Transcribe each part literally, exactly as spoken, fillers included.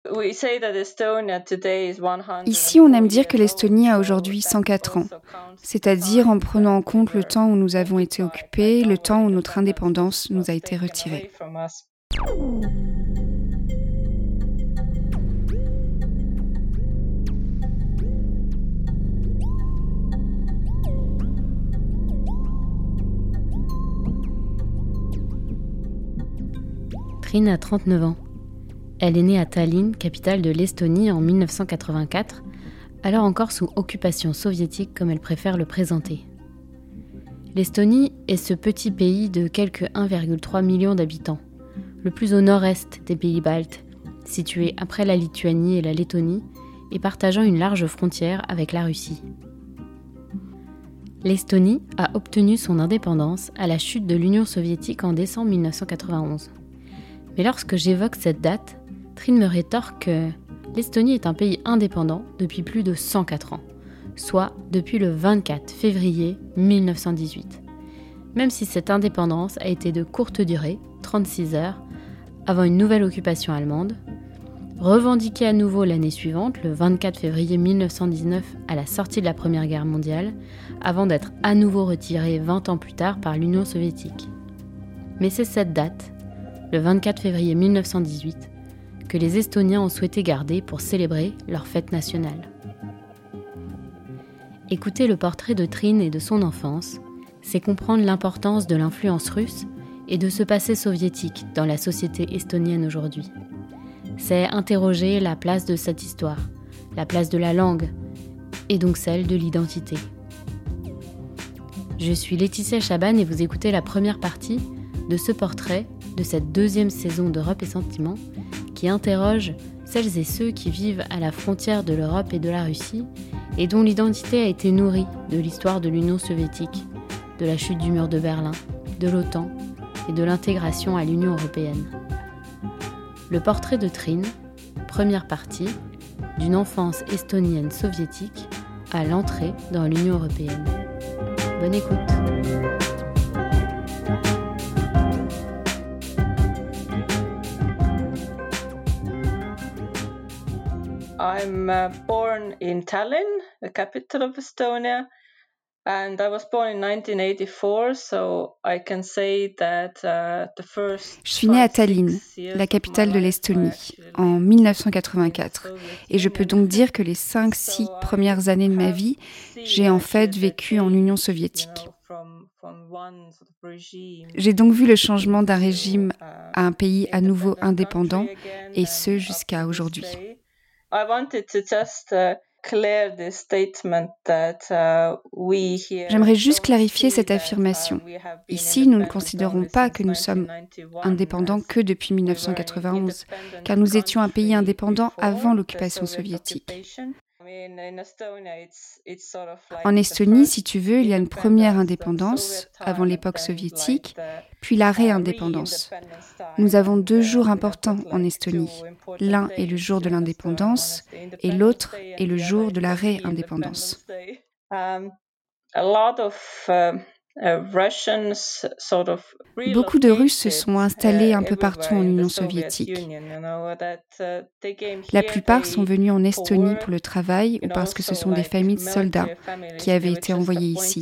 Ici, on aime dire que l'Estonie a aujourd'hui cent quatre ans, c'est-à-dire en prenant en compte le temps où nous avons été occupés, le temps où notre indépendance nous a été retirée. Trine a trente-neuf ans. Elle est née à Tallinn, capitale de l'Estonie, en dix-neuf cent quatre-vingt-quatre, alors encore sous occupation soviétique comme elle préfère le présenter. L'Estonie est ce petit pays de quelques un virgule trois million d'habitants, le plus au nord-est des pays baltes, situé après la Lituanie et la Lettonie et partageant une large frontière avec la Russie. L'Estonie a obtenu son indépendance à la chute de l'Union soviétique en décembre dix-neuf cent quatre-vingt-onze. Mais lorsque j'évoque cette date, Trine me rétorque que l'Estonie est un pays indépendant depuis plus de cent quatre ans, soit depuis le vingt-quatre février dix-neuf cent dix-huit. Même si cette indépendance a été de courte durée, trente-six heures, avant une nouvelle occupation allemande, revendiquée à nouveau l'année suivante, le vingt-quatre février dix-neuf cent dix-neuf, à la sortie de la Première Guerre mondiale, avant d'être à nouveau retirée vingt ans plus tard par l'Union soviétique. Mais c'est cette date, le vingt-quatre février dix-neuf cent dix-huit, que les Estoniens ont souhaité garder pour célébrer leur fête nationale. Écouter le portrait de Trine et de son enfance, c'est comprendre l'importance de l'influence russe et de ce passé soviétique dans la société estonienne aujourd'hui. C'est interroger la place de cette histoire, la place de la langue, et donc celle de l'identité. Je suis Laetitia Chaban et vous écoutez la première partie de ce portrait de cette deuxième saison d'Europe et Sentiments qui interroge celles et ceux qui vivent à la frontière de l'Europe et de la Russie et dont l'identité a été nourrie de l'histoire de l'Union soviétique, de la chute du mur de Berlin, de l'OTAN et de l'intégration à l'Union européenne. Le portrait de Trine, première partie, d'une enfance estonienne soviétique à l'entrée dans l'Union européenne. Bonne écoute. I'm uh, born in Tallinn, the capital of Estonia, and I was born in nineteen eighty-four, so I can say that uh, the first. Je suis née à Tallinn, la capitale de l'Estonie, en dix-neuf cent quatre-vingt-quatre, et je peux donc dire que les cinq six premières années de ma vie, j'ai en fait vécu en Union soviétique. J'ai donc vu le changement d'un régime à un pays à nouveau indépendant, et ce jusqu'à aujourd'hui. I wanted to just uh, clear this statement that uh, we here. J'aimerais juste clarifier cette affirmation. Ici, nous ne considérons pas que nous sommes indépendants que depuis dix-neuf cent quatre-vingt-onze, car nous étions un pays indépendant avant l'occupation soviétique. En Estonie, si tu veux, il y a une première indépendance, avant l'époque soviétique, puis la réindépendance. Nous avons deux jours importants en Estonie. L'un est le jour de l'indépendance et l'autre est le jour de la réindépendance. Beaucoup de Russes se sont installés un peu partout en Union soviétique. La plupart sont venus en Estonie pour le travail ou parce que ce sont des familles de soldats qui avaient été envoyés ici.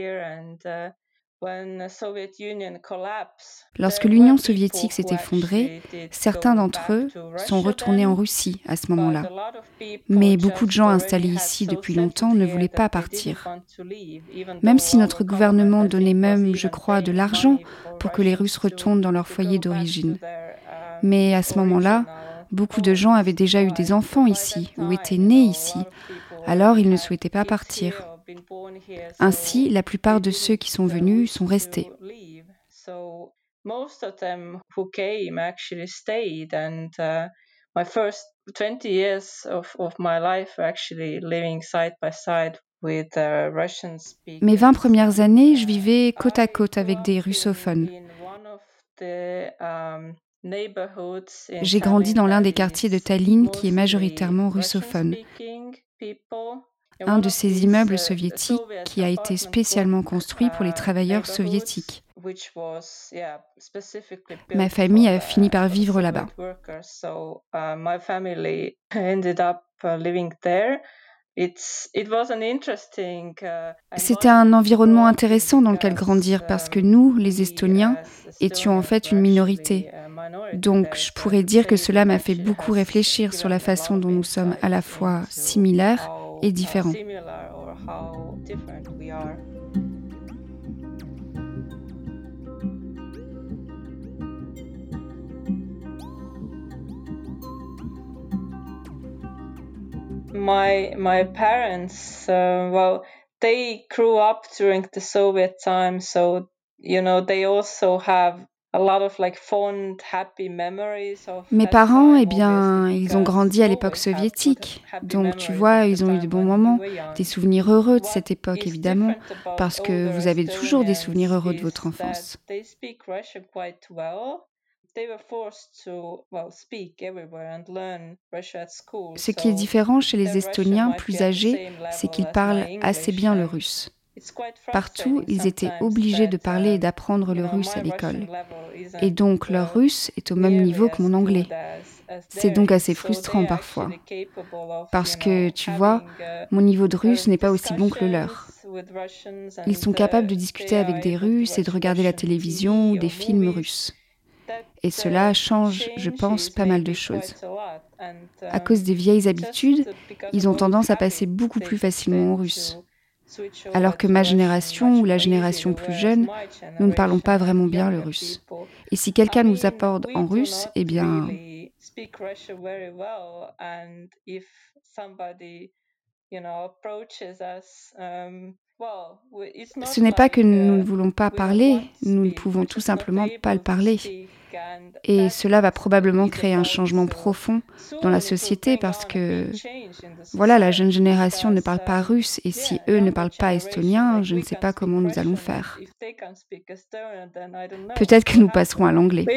Lorsque l'Union soviétique s'est effondrée, certains d'entre eux sont retournés en Russie à ce moment-là. Mais beaucoup de gens installés ici depuis longtemps ne voulaient pas partir. Même si notre gouvernement donnait même, je crois, de l'argent pour que les Russes retournent dans leur foyer d'origine. Mais à ce moment-là, beaucoup de gens avaient déjà eu des enfants ici ou étaient nés ici, alors ils ne souhaitaient pas partir. Ainsi, la plupart de ceux qui sont venus sont restés. Mes vingt premières années, je vivais côte à côte avec des russophones. J'ai grandi dans l'un des quartiers de Tallinn qui est majoritairement russophone. Un de ces immeubles soviétiques qui a été spécialement construit pour les travailleurs soviétiques. Ma famille a fini par vivre là-bas. C'était un environnement intéressant dans lequel grandir parce que nous, les Estoniens, étions en fait une minorité. Donc, je pourrais dire que cela m'a fait beaucoup réfléchir sur la façon dont nous sommes à la fois similaires et différents. My my parents, uh, well, they grew up during the Soviet time, so you know they also have a lot of like fond, happy memories of. Mes parents, eh bien, ils ont grandi à l'époque soviétique, donc tu vois, ils ont eu de bons moments, des souvenirs heureux de cette époque évidemment, parce que vous avez toujours des souvenirs heureux de votre enfance. Ce qui est différent chez les Estoniens plus âgés, c'est qu'ils parlent assez bien le russe. Partout, ils étaient obligés de parler et d'apprendre le russe à l'école. Et donc, leur russe est au même niveau que mon anglais. C'est donc assez frustrant parfois. Parce que, tu vois, mon niveau de russe n'est pas aussi bon que le leur. Ils sont capables de discuter avec des Russes et de regarder la télévision ou des films russes. Et cela change, je pense, pas mal de choses. À cause des vieilles habitudes, ils ont tendance à passer beaucoup plus facilement au russe. Alors que ma génération ou la génération plus jeune, nous ne parlons pas vraiment bien le russe. Et si quelqu'un nous aborde en russe, eh bien... Ce n'est pas que nous ne voulons pas parler, nous ne pouvons tout simplement pas le parler. Et cela va probablement créer un changement profond dans la société parce que, voilà, la jeune génération ne parle pas russe et si eux ne parlent pas estonien, je ne sais pas comment nous allons faire. Peut-être que nous passerons à l'anglais.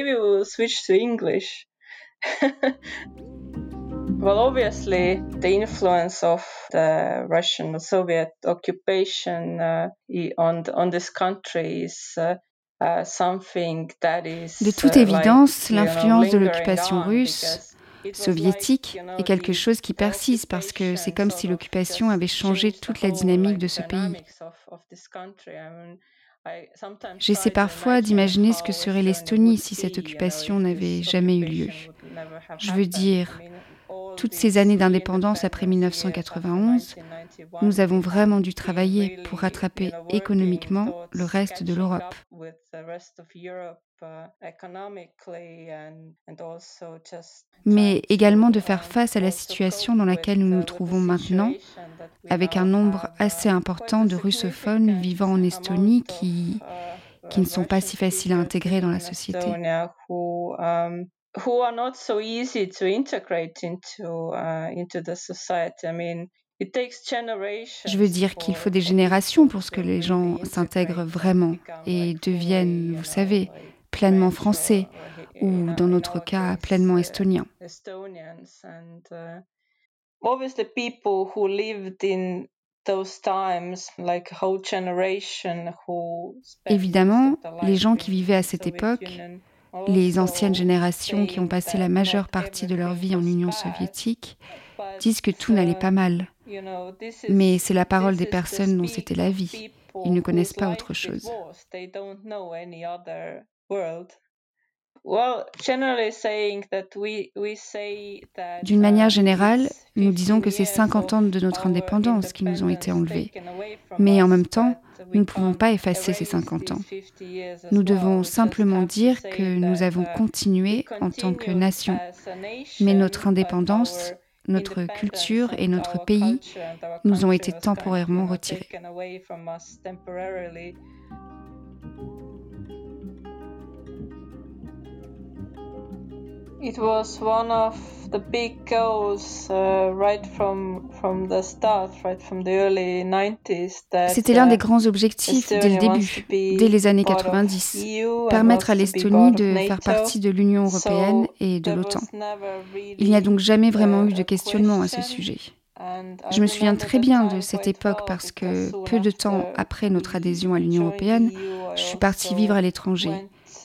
Well, obviously, the influence of the Russian Soviet occupation uh, on on this country is uh, uh, something that is. De toute évidence, l'influence de l'occupation russe, soviétique, est quelque chose qui persiste parce que c'est comme si l'occupation avait changé toute la dynamique de ce pays. J'essaie parfois d'imaginer ce que serait l'Estonie si cette occupation n'avait jamais eu lieu. Je veux dire, toutes ces années d'indépendance après dix-neuf cent quatre-vingt-onze, nous avons vraiment dû travailler pour rattraper économiquement le reste de l'Europe. Mais également de faire face à la situation dans laquelle nous nous trouvons maintenant, avec un nombre assez important de russophones vivant en Estonie qui, qui ne sont pas si faciles à intégrer dans la société. Who are not so easy to integrate into uh, into the society. I mean, it takes generations. Je veux dire qu'il faut des générations pour ce que les gens s'intègrent vraiment et deviennent, vous savez, pleinement français ou, dans notre cas, pleinement estoniens. Obviously, people who lived in those times, like a whole generation who. Évidemment, les gens qui vivaient à cette époque, les anciennes générations qui ont passé la majeure partie de leur vie en Union soviétique disent que tout n'allait pas mal. Mais c'est la parole des personnes dont c'était la vie. Ils ne connaissent pas autre chose. D'une manière générale, nous disons que c'est cinquante ans de notre indépendance qui nous ont été enlevés. Mais en même temps, nous ne pouvons pas effacer ces cinquante ans. Nous devons simplement dire que nous avons continué en tant que nation. Mais notre indépendance, notre culture et notre pays nous ont été temporairement retirés. It was one of the big goals uh, right from from the start, right from the early nineties. C'était l'un des grands objectifs dès le début, dès les années quatre-vingt-dix, permettre à l'Estonie de faire partie de l'Union européenne et de l'OTAN. Il n'y a donc jamais vraiment eu de questionnement à ce sujet. Je me souviens très bien de cette époque parce que peu de temps après notre adhésion à l'Union européenne, je suis partie vivre à l'étranger.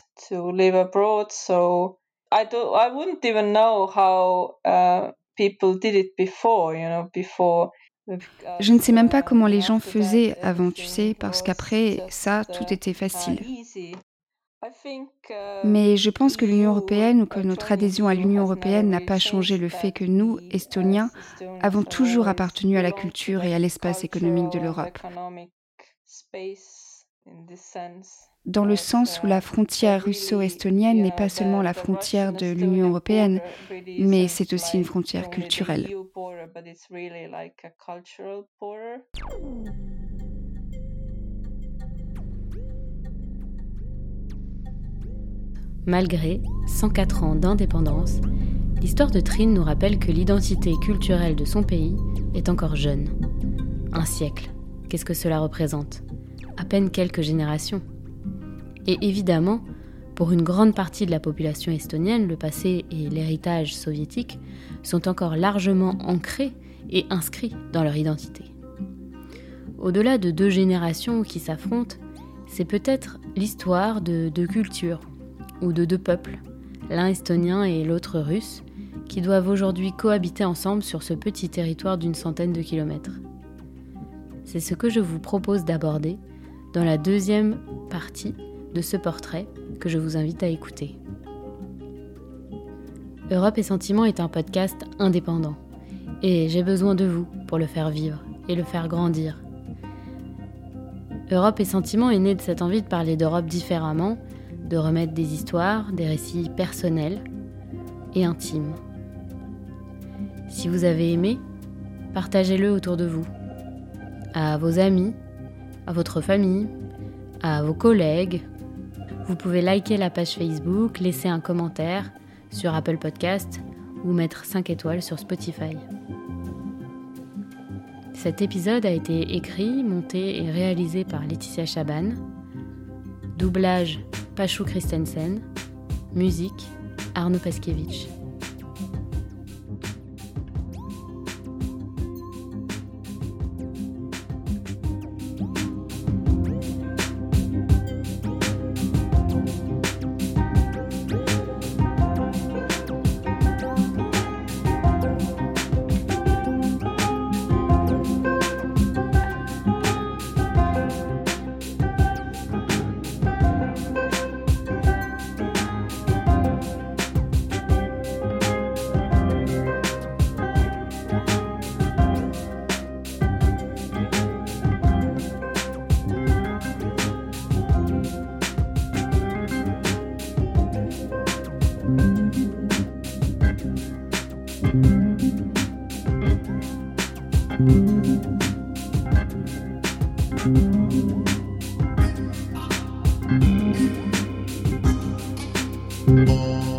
Je ne sais même pas comment les gens faisaient avant, tu sais, parce qu'après ça, tout était facile. Mais je pense que l'Union européenne ou que notre adhésion à l'Union européenne n'a pas changé le fait que nous, Estoniens, avons toujours appartenu à la culture et à l'espace économique de l'Europe. Dans le sens où la frontière russo-estonienne n'est pas seulement la frontière de l'Union européenne, mais c'est aussi une frontière culturelle. Malgré cent quatre ans d'indépendance, l'histoire de Trine nous rappelle que l'identité culturelle de son pays est encore jeune. Un siècle, qu'est-ce que cela représente ? À peine quelques générations. Et évidemment, pour une grande partie de la population estonienne, le passé et l'héritage soviétique sont encore largement ancrés et inscrits dans leur identité. Au-delà de deux générations qui s'affrontent, c'est peut-être l'histoire de deux cultures, ou de deux peuples, l'un estonien et l'autre russe, qui doivent aujourd'hui cohabiter ensemble sur ce petit territoire d'une centaine de kilomètres. C'est ce que je vous propose d'aborder dans la deuxième partie de ce portrait que je vous invite à écouter. Europe et Sentiments est un podcast indépendant, et j'ai besoin de vous pour le faire vivre et le faire grandir. Europe et Sentiments est né de cette envie de parler d'Europe différemment, de remettre des histoires, des récits personnels et intimes. Si vous avez aimé, partagez-le autour de vous, à vos amis, à votre famille, à vos collègues. Vous pouvez liker la page Facebook, laisser un commentaire sur Apple Podcast ou mettre cinq étoiles sur Spotify. Cet épisode a été écrit, monté et réalisé par Laetitia Chaban. Doublage Pachou Christensen. Musique Arnaud Paskiewicz. Thank you.